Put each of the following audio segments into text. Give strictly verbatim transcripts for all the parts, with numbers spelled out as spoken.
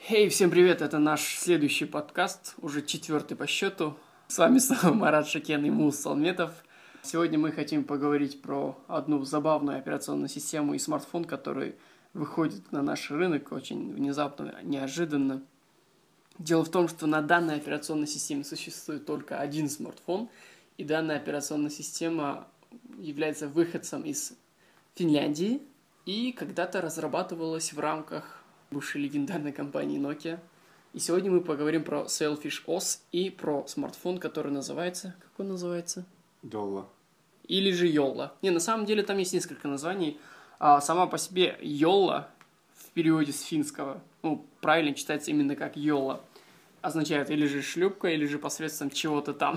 Хей, hey, всем привет! Это наш следующий подкаст, уже четвертый по счету. С вами снова Марат Шакен и Муз Салметов. Сегодня мы хотим поговорить про одну забавную операционную систему и смартфон, который выходит на наш рынок очень внезапно, неожиданно. Дело в том, что на данной операционной системе существует только один смартфон, и данная операционная система является выходцем из Финляндии и когда-то разрабатывалась в рамках бывшей легендарной компании Nokia. И сегодня мы поговорим про Sailfish о эс и про смартфон, который называется... Как он называется? Yolla. Или же Yolla. Не, на самом деле там есть несколько названий. А сама по себе Yolla в переводе с финского, ну, правильно читается именно как Yolla, означает или же шлюпка, или же посредством чего-то там.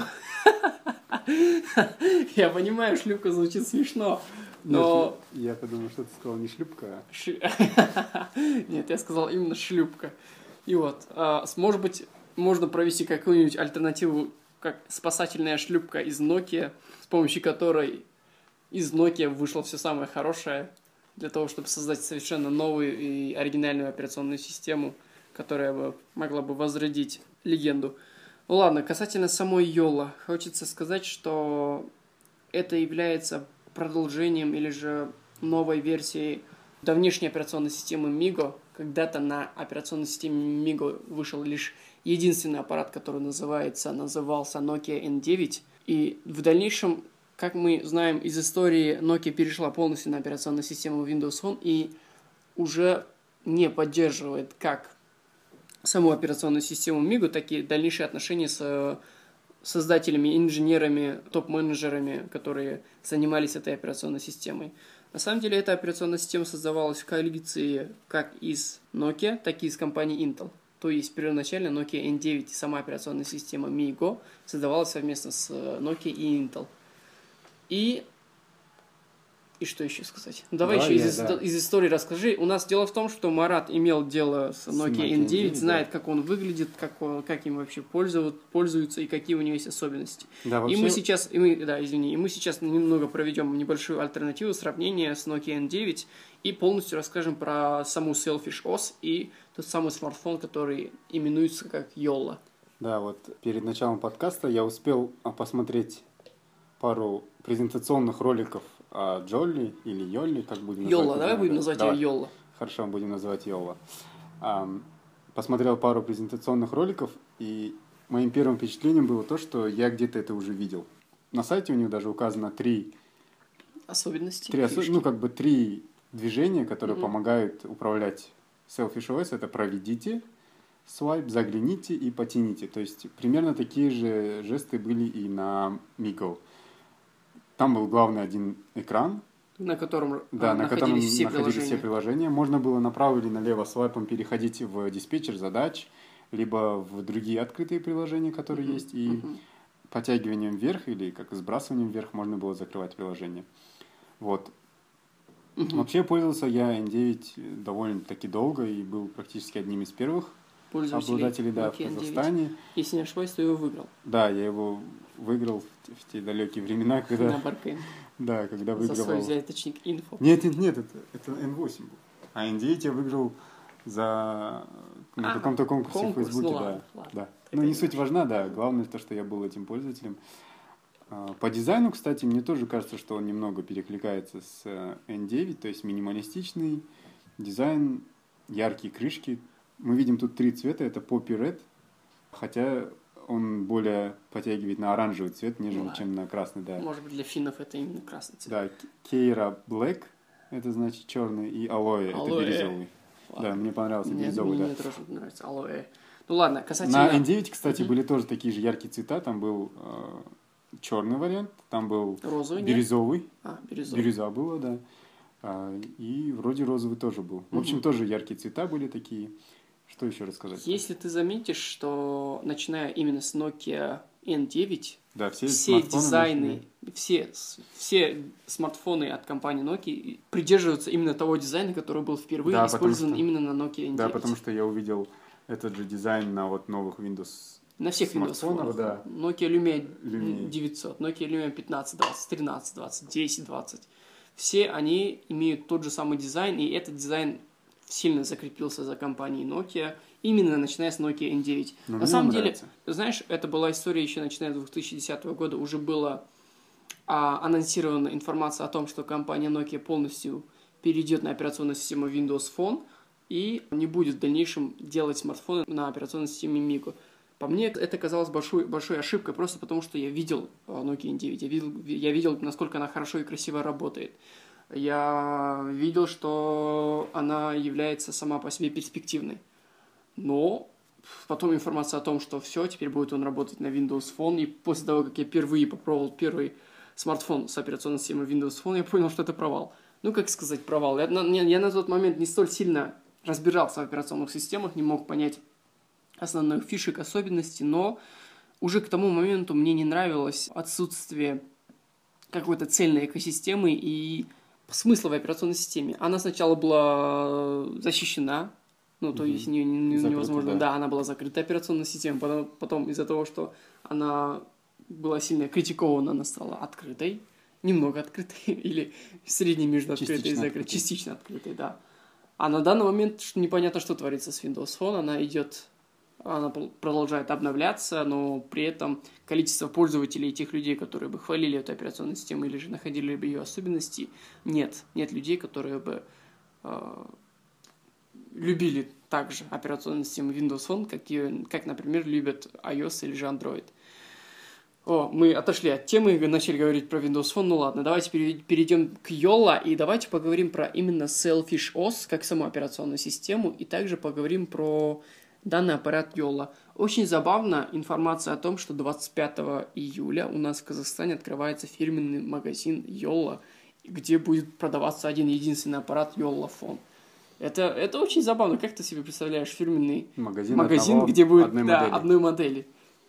Я понимаю, шлюпка звучит смешно, но... Нет, я подумал, что ты сказал не шлюпка, а... Ш... Нет, я сказал именно шлюпка. И вот, а, может быть, можно провести какую-нибудь альтернативу, как спасательная шлюпка из Nokia, с помощью которой из Nokia вышло все самое хорошее, для того, чтобы создать совершенно новую и оригинальную операционную систему, которая бы могла бы возродить легенду. Ну ладно, касательно самой Yolla, хочется сказать, что это является продолжением или же новой версией давнишней операционной системы Migo. Когда-то на операционной системе Migo вышел лишь единственный аппарат, который называется, назывался Nokia эн девять. И в дальнейшем, как мы знаем из истории, Nokia перешла полностью на операционную систему Windows Phone и уже не поддерживает как саму операционную систему Migo, так и дальнейшие отношения с создателями, инженерами, топ-менеджерами, которые занимались этой операционной системой. На самом деле, эта операционная система создавалась в коалиции как из Nokia, так и из компании Intel. То есть, первоначально Nokia эн девять и сама операционная система Migo создавалась совместно с Nokia и Intel. И... И что еще сказать? Давай да, еще я, из, да. из истории расскажи. У нас дело в том, что Марат имел дело с Nokia эн девять, знает, да, как он выглядит, как, он, как им вообще пользуют, пользуются и какие у него есть особенности. Да, вообще... И мы сейчас, и мы, да, извини, и мы сейчас немного проведем небольшую альтернативу, сравнение с Nokia эн девять и полностью расскажем про саму Sailfish о эс и тот самый смартфон, который именуется как Yolla. Да, вот перед началом подкаста я успел посмотреть пару презентационных роликов о Джолли или Йолли, как будем Yolla, называть. давай будем называть давай. ее Yolla. Хорошо, будем называть Yolla. Посмотрел пару презентационных роликов, и моим первым впечатлением было то, что я где-то это уже видел. На сайте у них даже указано три особенности. Три осо... Ну, как бы три движения, которые mm-hmm. помогают управлять Sailfish о эс. Это проведите свайп, загляните и потяните. То есть примерно такие же жесты были и на Migo. Там был главный один экран, на котором, да, а, на находились, котором все, находились приложения. все приложения. Можно было направо или налево свайпом переходить в диспетчер задач, либо в другие открытые приложения, которые uh-huh. есть. И uh-huh. подтягиванием вверх или как сбрасыванием вверх можно было закрывать приложение. Вот. Uh-huh. Вообще пользовался я эн девять довольно-таки долго и был практически одним из первых обладателей, да, в Казахстане. Если не ошибаюсь, то его выиграл. Да, я его выиграл в, в те далекие времена, когда... На Баркейн. Да, когда выигрывал... За свой взяточник инфо. Нет, нет, нет, это, это эн восемь был. А эн девять я выиграл за... на а, каком-то конкурсе конкурс, в Фейсбуке, ну, да. ладно, ладно. да. Ну, не суть важна, да. Главное то, что я был этим пользователем. По дизайну, кстати, мне тоже кажется, что он немного перекликается с эн девять, то есть минималистичный дизайн, яркие крышки. Мы видим тут три цвета, это Poppy Red, хотя он более подтягивает на оранжевый цвет, нежели да. чем на красный. Да. Может быть, для финнов это именно красный цвет. Да, Keira Black, это значит черный, и Aloe, Aloe. это бирюзовый. Ладно. Да, мне понравился мне, бирюзовый. Мне да. тоже нравится Aloe. Ну ладно, касательно... На эн девять, кстати, uh-huh. были тоже такие же яркие цвета, там был э, черный вариант, там был розовый, бирюзовый, а, бирюзовый. Бирюза была, да, а, и вроде розовый тоже был. В общем, uh-huh. тоже яркие цвета были такие. Что еще рассказать? Если ты заметишь, что начиная именно с Nokia эн девять, да, все, все дизайны, все, все смартфоны от компании Nokia придерживаются именно того дизайна, который был впервые да, использован что, именно на Nokia эн девять. Да, потому что я увидел этот же дизайн на вот новых Windows На всех смартфонах, да. Nokia Lumia, Lumia девятьсот, Nokia Lumia пятнадцать, двадцать, тринадцать, двадцать, десять, двадцать. Все они имеют тот же самый дизайн, и этот дизайн сильно закрепился за компанией Nokia, именно начиная с Nokia эн девять. Но На самом деле, нравится. знаешь, это была история еще начиная с две тысячи десятого года, уже была а, анонсирована информация о том, что компания Nokia полностью перейдет на операционную систему Windows Phone и не будет в дальнейшем делать смартфоны на операционной системе Migo. По мне, это казалось большой, большой ошибкой, просто потому что я видел Nokia эн девять, я видел, я видел, насколько она хорошо и красиво работает. Я видел, что она является сама по себе перспективной. Но потом информация о том, что все, теперь будет он работать на Windows Phone, и после того, как я впервые попробовал первый смартфон с операционной системой Windows Phone, я понял, что это провал. Ну, как сказать, провал. Я, я, я на тот момент не столь сильно разбирался в операционных системах, не мог понять основных фишек, особенностей, но уже к тому моменту мне не нравилось отсутствие какой-то цельной экосистемы и смысла в операционной системе. Она сначала была защищена, ну, то mm-hmm. есть не, не, невозможно, да. да, она была закрыта операционная система, потом, потом из-за того, что она была сильно критикована, она стала открытой, немного открытой, или средней между открытой и закрытой, частично открытой, да. А на данный момент непонятно, что творится с Windows Phone, она идет, она продолжает обновляться, но при этом количество пользователей, тех людей, которые бы хвалили эту операционную систему или же находили бы ее особенности, нет. Нет людей, которые бы э, любили также операционную систему Windows Phone, как, и, как, например, любят iOS или же Android. О, мы отошли от темы, начали говорить про Windows Phone, ну ладно, давайте перейдем к Yola и давайте поговорим про именно Sailfish о эс как саму операционную систему, и также поговорим про данный аппарат Yola. Очень забавна информация о том, что двадцать пятого июля у нас в Казахстане открывается фирменный магазин Yola, где будет продаваться один единственный аппарат Yola Phone. Это, это очень забавно. Как ты себе представляешь фирменный магазин, магазин одного, где будет одной, да, модели. одной модели?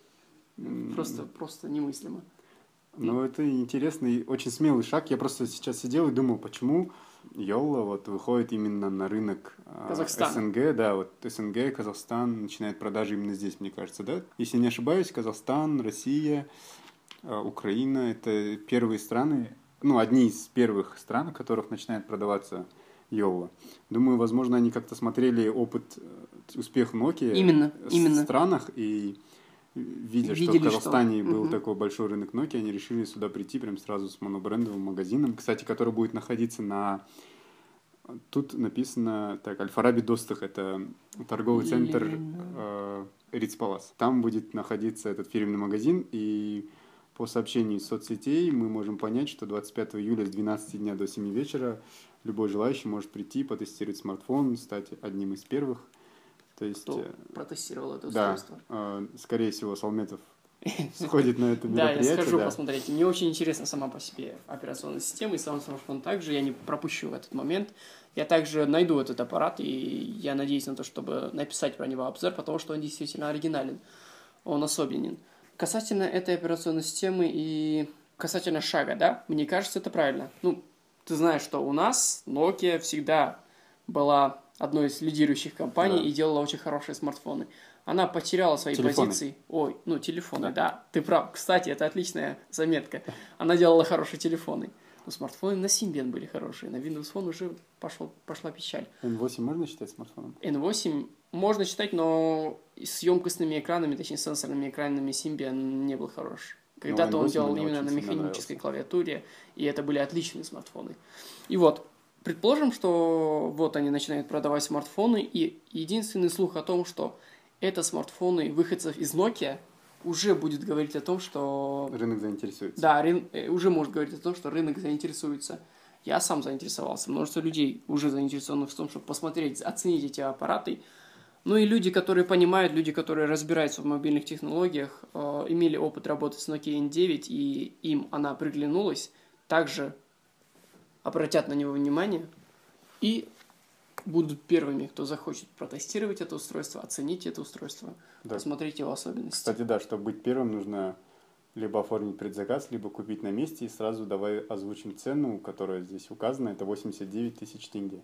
Просто, mm. просто немыслимо. Ну, это интересный, очень смелый шаг. Я просто сейчас сидел и думал, почему Yola вот выходит именно на рынок Казахстана. СНГ, да, вот СНГ, Казахстан начинает продажи именно здесь, мне кажется, да? Если не ошибаюсь, Казахстан, Россия, Украина — это первые страны, ну, одни из первых стран, в которых начинает продаваться Yola. Думаю, возможно, они как-то смотрели опыт успеха Nokia именно, в именно. странах и видя, Видели, что в Казахстане что... был угу. такой большой рынок Nokia, они решили сюда прийти прям сразу с монобрендовым магазином, кстати, который будет находиться на... Тут написано, так, Аль-Фараби Достах, это торговый центр э, Риц Палас. Там будет находиться этот фирменный магазин, и по сообщению из соцсетей мы можем понять, что двадцать пятого июля с двенадцати дня до семи вечера любой желающий может прийти, потестировать смартфон, стать одним из первых. То есть, кто протестировал это устройство? Да, скорее всего, Салметов сходит на это мероприятие. Да, я схожу посмотреть. Мне очень интересна сама по себе операционная система, и сам смартфон также. Я не пропущу этот момент. Я также найду этот аппарат, и я надеюсь на то, чтобы написать про него обзор, потому что он действительно оригинален. Он особенен. Касательно этой операционной системы и касательно шага, да, мне кажется, это правильно. Ну, ты знаешь, что у нас Nokia всегда была одной из лидирующих компаний, да, и делала очень хорошие смартфоны. Она потеряла свои телефоны. позиции. Ой, ну телефоны, да. да, ты прав. Кстати, это отличная заметка. Она делала хорошие телефоны. Но смартфоны на Symbian были хорошие, на Windows Phone уже пошел, пошла печаль. эн восемь можно считать смартфоном? эн восемь можно считать, но с емкостными экранами, точнее сенсорными экранами Symbian не был хорош. Когда-то он делал именно на механической клавиатуре, и это были отличные смартфоны. И вот, предположим, что вот они начинают продавать смартфоны, и единственный слух о том, что это смартфоны выходцев из Nokia, уже будет говорить о том, что... Рынок заинтересуется. Да, рын... уже может говорить о том, что рынок заинтересуется. Я сам заинтересовался, множество людей уже заинтересованы в том, чтобы посмотреть, оценить эти аппараты. Ну и люди, которые понимают, люди, которые разбираются в мобильных технологиях, э, имели опыт работы с Nokia эн девять, и им она приглянулась, также обратят на него внимание и будут первыми, кто захочет протестировать это устройство, оценить это устройство, да, посмотреть его особенности. Кстати, да, чтобы быть первым, нужно либо оформить предзаказ, либо купить на месте, и сразу давай озвучим цену, которая здесь указана, это восемьдесят девять тысяч тенге.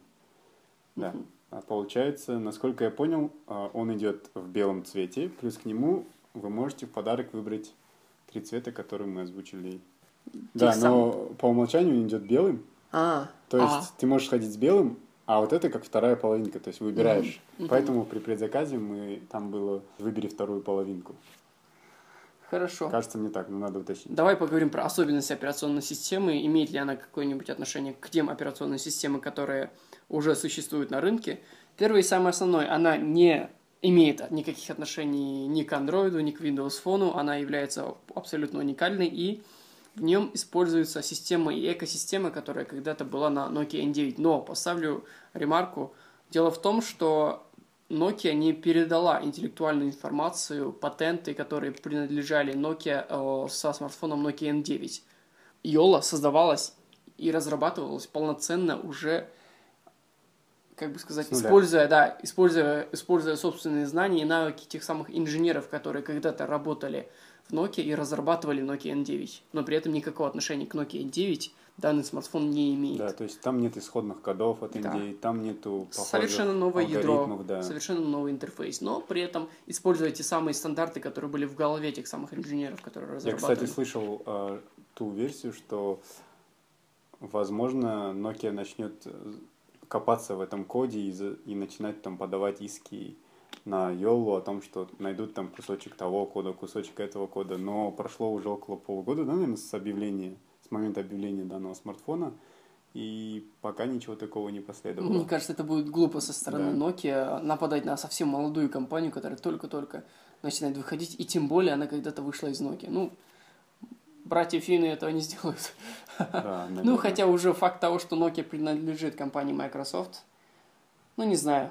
Да. Uh-huh. А получается, насколько я понял, он идет в белом цвете, плюс к нему вы можете в подарок выбрать три цвета, которые мы озвучили. Тех да, самых. Но по умолчанию он идет белым. А, То есть а. ты можешь ходить с белым, А вот это как вторая половинка, то есть выбираешь. Mm-hmm. Поэтому при предзаказе мы там было «выбери вторую половинку». Хорошо. Кажется, мне так, но надо уточнить. Давай поговорим про особенности операционной системы. Имеет ли она какое-нибудь отношение к тем операционным системам, которые уже существуют на рынке? Первое и самое основное, она не имеет никаких отношений ни к Android, ни к Windows Phone. Она является абсолютно уникальной, и в нем используется система и экосистема, которая когда-то была на Nokia эн девять. Но поставлю ремарку. Дело в том, что Nokia не передала интеллектуальную информацию, патенты, которые принадлежали Nokia э, со смартфоном Nokia эн девять. Йола создавалась и разрабатывалась полноценно уже, как бы сказать, используя, да, используя, используя собственные знания и навыки тех самых инженеров, которые когда-то работали в Nokia и разрабатывали Nokia эн девять. Но при этом никакого отношения к Nokia эн девять данный смартфон не имеет. Да, то есть там нет исходных кодов от эн девять, да. Там нету похожих совершенно новое ядро, да. совершенно новый интерфейс, но при этом используя те самые стандарты, которые были в голове тех самых инженеров, которые разрабатывали. Я, кстати, слышал э, ту версию, что, возможно, Nokia начнет копаться в этом коде и, за, и начинать там подавать иски на Йолу о том, что найдут там кусочек того кода, кусочек этого кода, но прошло уже около полугода, да, наверное, с объявления, с момента объявления данного смартфона, и пока ничего такого не последовало. Мне кажется, это будет глупо со стороны да. Nokia нападать на совсем молодую компанию, которая только-только начинает выходить, и тем более она когда-то вышла из Nokia. Ну, братья финны этого не сделают. Да, ну, хотя уже факт того, что Nokia принадлежит компании Microsoft, ну, не знаю.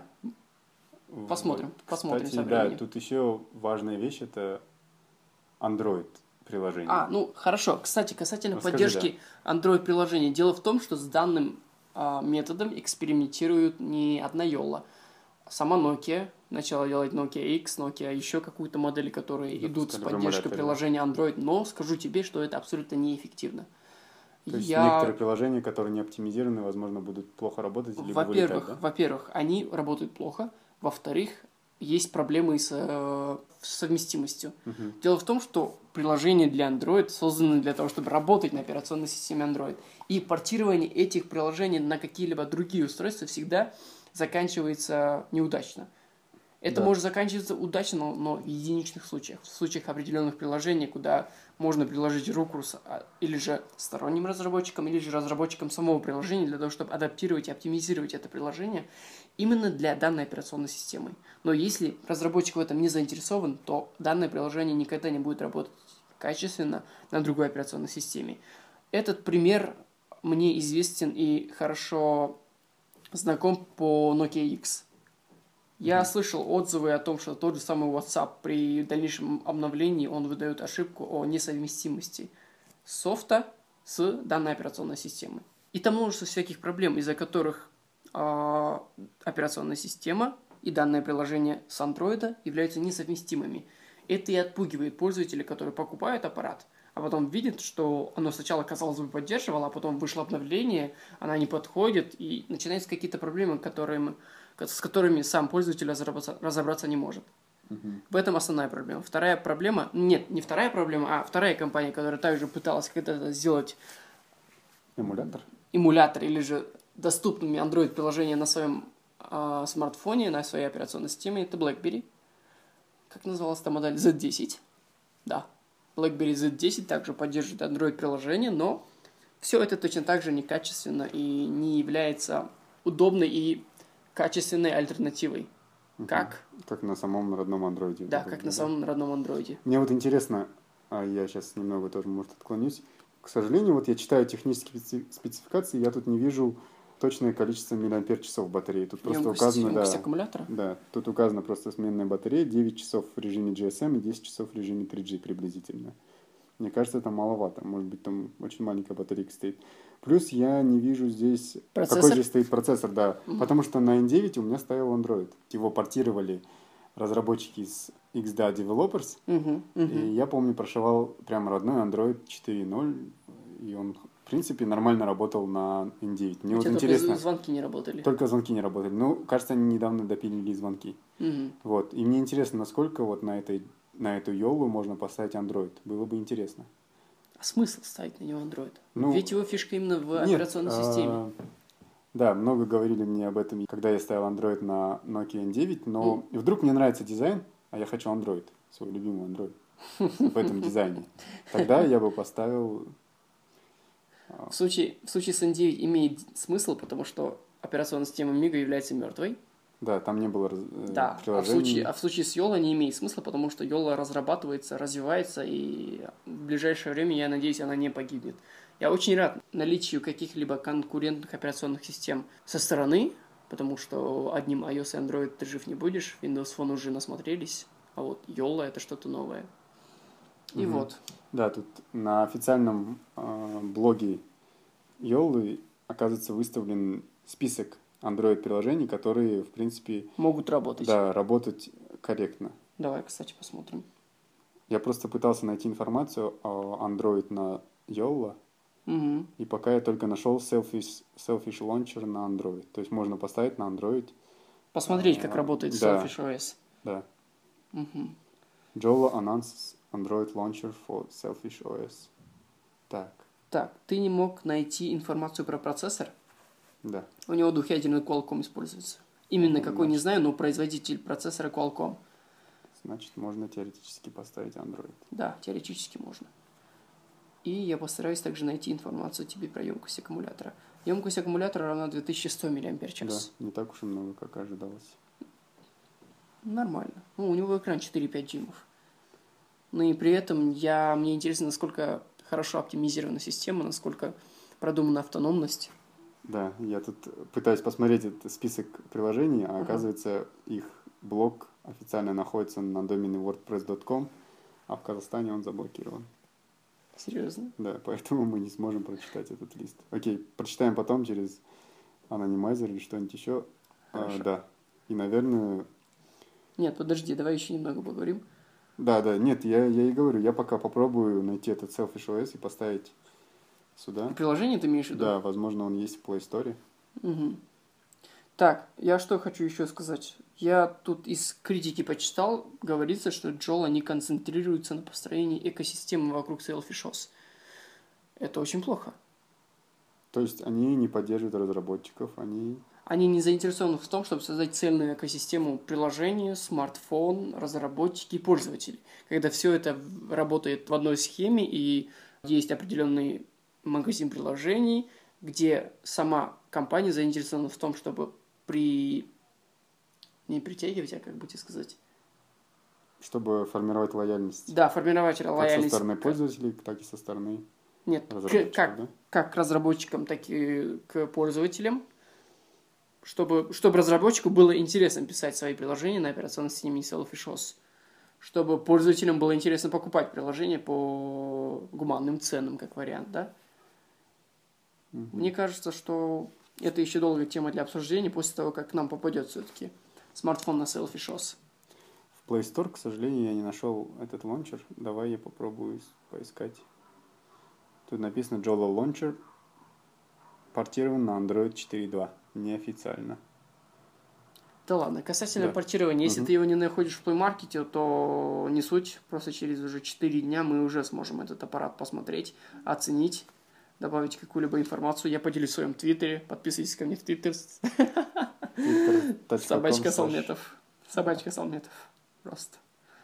Посмотрим, вот, посмотрим кстати, со временем. Да, тут еще важная вещь – это Android приложение. А, ну, хорошо. Кстати, касательно Расскажи, поддержки да. Android приложений. Дело в том, что с данным а, методом экспериментирует не одна Йола. Сама Nokia начала делать Nokia X, Nokia еще какую-то модель, которые да, идут с поддержкой приложения Android, но скажу тебе, что это абсолютно неэффективно. То есть Я... некоторые приложения, которые не оптимизированы, возможно, будут плохо работать или во-первых, вылетать, да? Во-первых, они работают плохо. Во-вторых, есть проблемы с э, совместимостью. Uh-huh. Дело в том, что приложения для Android созданы для того, чтобы работать на операционной системе Android. И портирование этих приложений на какие-либо другие устройства всегда заканчивается неудачно. Это да. может заканчиваться удачно, но в единичных случаях. В случаях определенных приложений, куда можно приложить руку с, или же сторонним разработчикам, или же разработчикам самого приложения, для того, чтобы адаптировать и оптимизировать это приложение именно для данной операционной системы. Но если разработчик в этом не заинтересован, то данное приложение никогда не будет работать качественно на другой операционной системе. Этот пример мне известен и хорошо знаком по Nokia X. Я mm-hmm. слышал отзывы о том, что тот же самый WhatsApp при дальнейшем обновлении он выдает ошибку о несовместимости софта с данной операционной системой. И там множество всяких проблем, из-за которых э, операционная система и данное приложение с Android являются несовместимыми. Это и отпугивает пользователя, который покупает аппарат, а потом видит, что оно сначала, казалось бы, поддерживало, а потом вышло обновление, она не подходит, и начинаются какие-то проблемы, которые, с которыми сам пользователь разобраться, разобраться не может. Uh-huh. В этом основная проблема. Вторая проблема, нет, не вторая проблема, а вторая компания, которая также пыталась когда-то сделать эмулятор, эмулятор или же доступными Android-приложения на своем э, смартфоне, на своей операционной системе, это BlackBerry. Как называлась эта модель? зет десять. Да. BlackBerry зет десять также поддерживает Android-приложение, но все это точно так же некачественно и не является удобной и качественной альтернативой. Угу. Как? Как на самом родном андроиде. Да, как на да? самом родном андроиде. Мне вот интересно, а я сейчас немного тоже, может, отклонюсь. К сожалению, вот я читаю технические спецификации, я тут не вижу точное количество миллиампер-часов батареи. Тут просто емкость, указано, емкость да, аккумулятора? Да, тут указана просто сменная батарея, девять часов в режиме джи эс эм и десять часов в режиме три джи приблизительно. Мне кажется, это маловато. Может быть, там очень маленькая батарейка стоит. Плюс я не вижу здесь, процессор? Какой здесь стоит процессор, да. Mm-hmm. Потому что на эн девять у меня стоял Android. Его портировали разработчики из икс ди эй Developers. Mm-hmm. Mm-hmm. И я помню, прошивал прям родной Android четыре ноль. И он, в принципе, нормально работал на эн девять. Мне у вот тебя интересно. Только звонки не работали. Только звонки не работали. Ну, кажется, они недавно допилили звонки. Mm-hmm. Вот. И мне интересно, насколько вот на этой на эту Йолу можно поставить Android. Было бы интересно. А смысл ставить на него Android? Ну, Ведь его фишка именно в нет, операционной системе. Да, много говорили мне об этом, когда я ставил Android на Nokia эн девять, но Mm. и вдруг мне нравится дизайн, а я хочу Android, свой любимый Android, в этом дизайне. Тогда я бы поставил... В случае, в случае с эн девять имеет смысл, потому что операционная система Мига является мертвой. Да, там не было э, Да, а в, приложений. случае, а в случае с Йола не имеет смысла, потому что Йола разрабатывается, развивается, и в ближайшее время, я надеюсь, она не погибнет. Я очень рад наличию каких-либо конкурентных операционных систем со стороны, потому что одним iOS и Android ты жив не будешь, Windows Phone уже насмотрелись, а вот Йола это что-то новое. И Мгм. вот. Да, тут на официальном э, блоге Йолы, оказывается, выставлен список Android-приложений, которые, в принципе, Могут работать. да, работать корректно. Давай, кстати, посмотрим. Я просто пытался найти информацию о Android на Yola, Угу. и пока я только нашел Selfish, Selfish Launcher на Android. То есть можно поставить на Android. Посмотреть, как А, работает да. Selfish о эс. Да. Угу. Yola announces Android Launcher for Selfish о эс. Так, Так, ты не мог найти информацию про процессор? да. У него двухъядерный Qualcomm используется. Именно Ну, какой, не значит- знаю, но производитель процессора Qualcomm. Значит, можно теоретически поставить Android. Да, теоретически можно. И я постараюсь также найти информацию тебе про емкость аккумулятора. Емкость аккумулятора равна две тысячи сто мАч. Да, не так уж и много, как ожидалось. Нормально. Ну, у него экран четыре и пять дюймов. Ну и при этом я, мне интересно, насколько хорошо оптимизирована система, насколько продумана автономность. Да, я тут пытаюсь посмотреть этот список приложений, а Ага. оказывается, их блог официально находится на домене вордпресс точка ком, а в Казахстане он заблокирован. Серьезно. Да, поэтому мы не сможем прочитать этот лист. Окей, прочитаем потом через анонимайзер или что-нибудь еще. А, Хорошо. да. И, наверное... Нет, подожди, давай еще немного поговорим. Да, да, нет, я, я и говорю, я пока попробую найти этот Selfish о эс и поставить сюда. Приложение ты имеешь в виду? Да, возможно, он есть в Play Store. Угу. Так, я что хочу еще сказать. Я тут из критики почитал, говорится, что Джола не концентрируется на построении экосистемы вокруг Selfish о эс. Это очень плохо. То есть они не поддерживают разработчиков, они... Они не заинтересованы в том, чтобы создать цельную экосистему приложения, смартфон, разработчики и пользователи. Когда все это работает в одной схеме и есть определенный магазин приложений, где сама компания заинтересована в том, чтобы при... не притягивать, а как бы тебе сказать... Чтобы формировать лояльность. Да, формировать Как со лояльность. стороны пользователей, так и со стороны Нет, к, разработчиков, как, да? как к разработчикам, так и к пользователям. Чтобы, чтобы разработчику было интересно писать свои приложения на операционной системе Selfish о эс. Чтобы пользователям было интересно покупать приложения по гуманным ценам, как вариант, да? Мгм. Мне кажется, что это еще долгая тема для обсуждения после того, как к нам попадет все-таки смартфон на Selfish о эс. В Play Store, к сожалению, я не нашел этот лончер. Давай я попробую с- поискать. Тут написано Jolla Launcher портирован на Android четыре точка два. Неофициально. Да ладно, касательно Да. портирования, если Мгм. ты его не находишь в Play Market, то не суть, просто через уже четыре дня мы уже сможем этот аппарат посмотреть, оценить, добавить какую-либо информацию. Я поделюсь в своем твиттере, подписывайтесь ко мне в твиттер. Twitter точка com Собачка slash- Салметов. Собачка Салметов. Просто.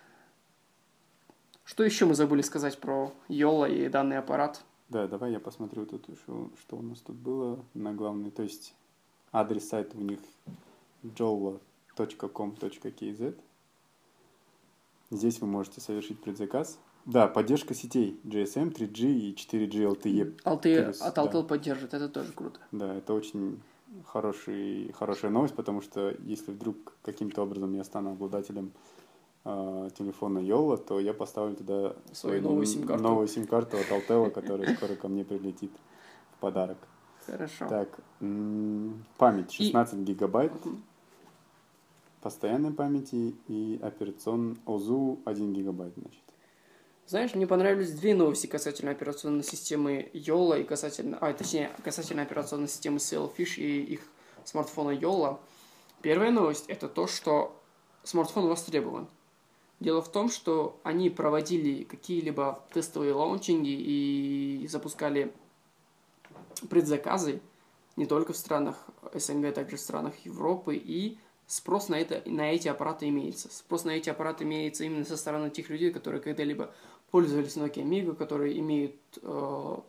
Что еще мы забыли сказать про Йола и данный аппарат? Да, давай я посмотрю тут, что, что у нас тут было на главной. То есть адрес сайта у них jolla точка com точка kz. Здесь вы можете совершить предзаказ. Да, поддержка сетей джи эс эм, три джи и четыре джи эл ти и. эл ти и плюс, от да. Алтел поддержит, это тоже круто. Да, это очень хороший, хорошая новость, потому что если вдруг каким-то образом я стану обладателем э, телефона Йола, то я поставлю туда Свою новую н- сим-карту. новую сим-карту от Алтела, которая скоро ко мне прилетит в подарок. Хорошо. Так, м, память шестнадцать гигабайт Мгм. постоянной памяти и операционный ОЗУ один гигабайт, значит. Знаешь, мне понравились две новости касательно операционной системы Йола и касательно, а, точнее, касательно операционной системы Sailfish и их смартфона Йола. Первая новость – это то, что смартфон востребован. Дело в том, что они проводили какие-либо тестовые лаунчинги и запускали предзаказы не только в странах СНГ, также в странах Европы, и спрос на, это, на эти аппараты имеется. Спрос на эти аппараты имеется именно со стороны тех людей, которые когда-либо пользовались Nokia Migo, которые имеют... Э,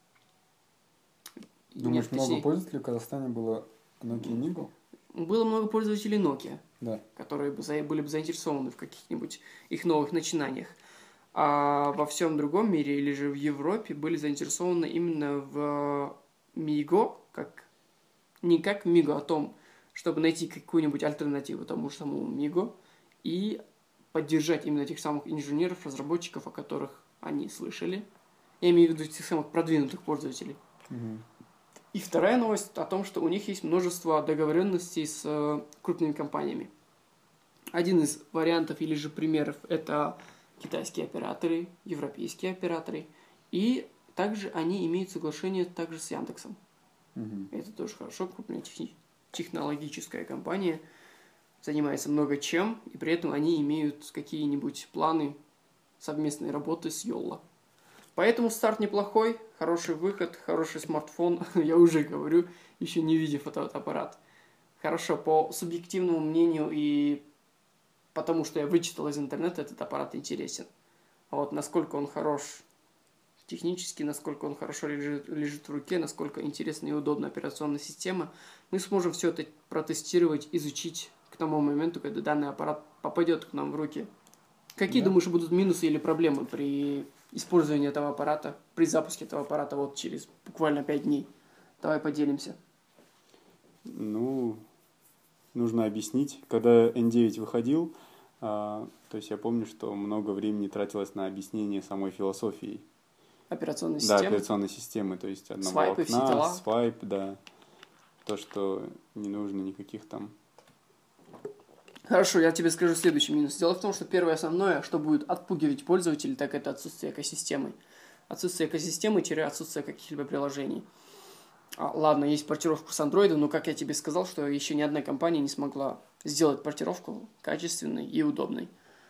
Думаешь, нет, много точнее, пользователей в Казахстане было Nokia Migo? было много пользователей Nokia, Да. которые бы, за- были бы заинтересованы в каких-нибудь их новых начинаниях. А во всем другом мире, или же в Европе, были заинтересованы именно в Migo, как, не как Migo, о том, чтобы найти какую-нибудь альтернативу тому же самому Migo и поддержать именно тех самых инженеров, разработчиков, о которых они слышали. Я имею в виду тех самых продвинутых пользователей. Угу. И вторая новость о том, что у них есть множество договоренностей с э, крупными компаниями. Один из вариантов или же примеров – это китайские операторы, европейские операторы. И также они имеют соглашение также с Яндексом. Угу. Это тоже хорошо, крупная техни- технологическая компания, занимается много чем, и при этом они имеют какие-нибудь планы совместной работы с Йолла. Поэтому старт неплохой, хороший выход, хороший смартфон, я уже говорю, еще не видев этот аппарат. Хорошо, по субъективному мнению и потому что я вычитал из интернета, этот аппарат интересен. А вот насколько он хорош технически, насколько он хорошо лежит, лежит в руке, насколько интересна и удобна операционная система, мы сможем все это протестировать, изучить к тому моменту, когда данный аппарат попадет к нам в руки. Какие, Да. думаешь, будут минусы или проблемы при использовании этого аппарата, при запуске этого аппарата вот через буквально пять дней? Давай поделимся. Ну, нужно объяснить. Когда эн девять выходил, а, то есть я помню, что много времени тратилось на объяснение самой философии. Операционной Да, системы. операционной системы, то есть одного Свайпы, все окна, дела. свайп, да. То, что не нужно никаких там... Хорошо, я тебе скажу следующий минус. Дело в том, что первое основное, что будет отпугивать пользователей, так это отсутствие экосистемы. Отсутствие экосистемы, отсутствие каких-либо приложений. А, ладно, есть портировка с Android, но, как я тебе сказал, что еще ни одна компания не смогла сделать портировку качественной и удобной.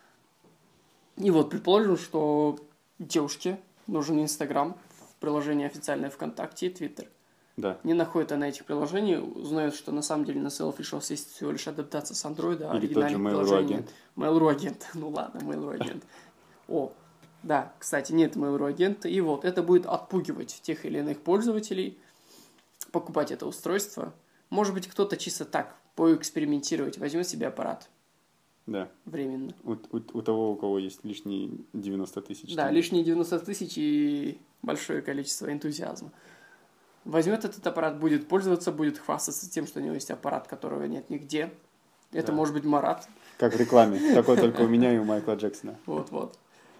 И вот, предположим, что девушке нужен Инстаграм, приложение официальное ВКонтакте и Твиттер. Да. Не находит она этих приложений, узнает, что на самом деле на Selfishers есть всего лишь адаптация с Android, а Или тот же оригинальных Mail.ru приложений агент. нет. Mail.ru агент. Ну ладно, Mail.ru агент. О, да, кстати, нет Mail.ru агента. И вот, это будет отпугивать тех или иных пользователей покупать это устройство. Может быть, кто-то чисто так поэкспериментировать, возьмет себе аппарат. Да. Временно. У, у, у того, у кого есть лишние девяносто тысяч. Да, лишние девяносто тысяч и большое количество энтузиазма. Возьмет этот аппарат, будет пользоваться, будет хвастаться тем, что у него есть аппарат, которого нет нигде. Это Да. может быть Марат. Как в рекламе. Такой только у меня и у Майкла Джексона. Вот-вот.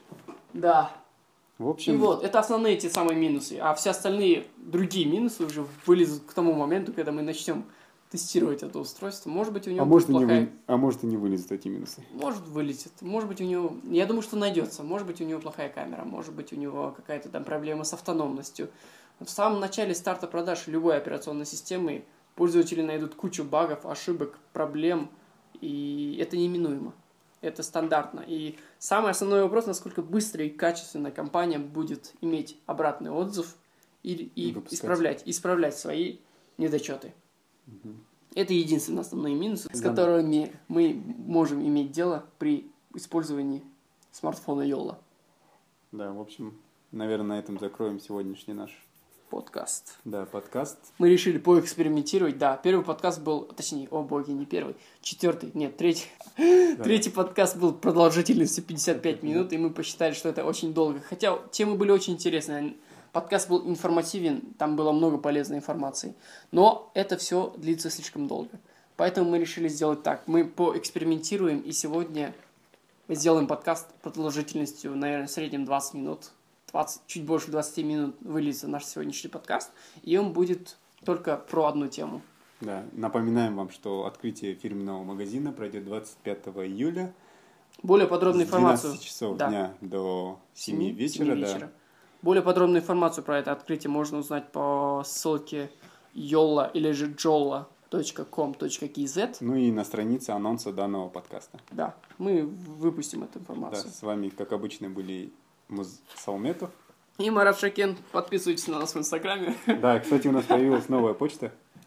Да. В общем... И вот, это основные те самые минусы. А все остальные другие минусы уже вылезут к тому моменту, когда мы начнем тестировать это устройство. Может быть, у него а, будет может, и не плохая... вы... а может и не вылезут эти минусы. Может, вылетит. Может быть, у него... Я думаю, что найдется. Может быть, у него плохая камера. Может быть, у него какая-то там проблема с автономностью. В самом начале старта продаж любой операционной системы пользователи найдут кучу багов, ошибок, проблем. И это неминуемо. Это стандартно. И самый основной вопрос, насколько быстро и качественно компания будет иметь обратный отзыв и, и исправлять, исправлять свои недочеты. Угу. Это единственные основные минусы, с Да. которыми мы можем иметь дело при использовании смартфона Йолла. Да, в общем, наверное, на этом закроем сегодняшний наш Подкаст. да, подкаст. Мы решили поэкспериментировать. Да, первый подкаст был, точнее, о боги, не первый, четвертый, нет, третий. Да. Третий подкаст был продолжительностью пятьдесят пять минут, и мы посчитали, что это очень долго. Хотя темы были очень интересные. Подкаст был информативен, там было много полезной информации. Но это все длится слишком долго. Поэтому мы решили сделать так. Мы поэкспериментируем, и сегодня сделаем подкаст продолжительностью, наверное, в среднем двадцать минут. двадцать, чуть больше двадцати минут выльется наш сегодняшний подкаст. И он будет только про одну тему. Да, напоминаем вам, что открытие фирменного магазина пройдет двадцать пятого июля. Более подробную с информацию. двенадцати часов Да. дня до семи семи вечера. семи да. вечера. Более подробную информацию про это открытие можно узнать по ссылке yolla или же jolla точка ком точка кей зет. Ну и на странице анонса данного подкаста. Да, мы выпустим эту Да, информацию. с вами, как обычно, были Муз Салметов. И Марат Шакен. Подписывайтесь на нас в Инстаграме. Да, кстати, у нас появилась новая почта.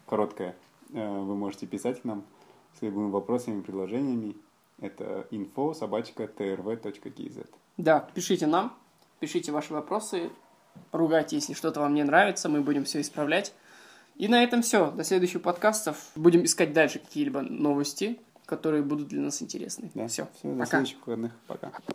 короткое. Вы можете писать к нам с любыми вопросами, предложениями. Это info собачка тэ эр вэ точка кей зет. Да, пишите нам, пишите ваши вопросы, ругайте, если что-то вам не нравится, мы будем все исправлять. И на этом все. До следующих подкастов. Будем искать дальше какие-либо новости, которые будут для нас интересны. Да, все. все, до Пока. следующих выходных. Пока.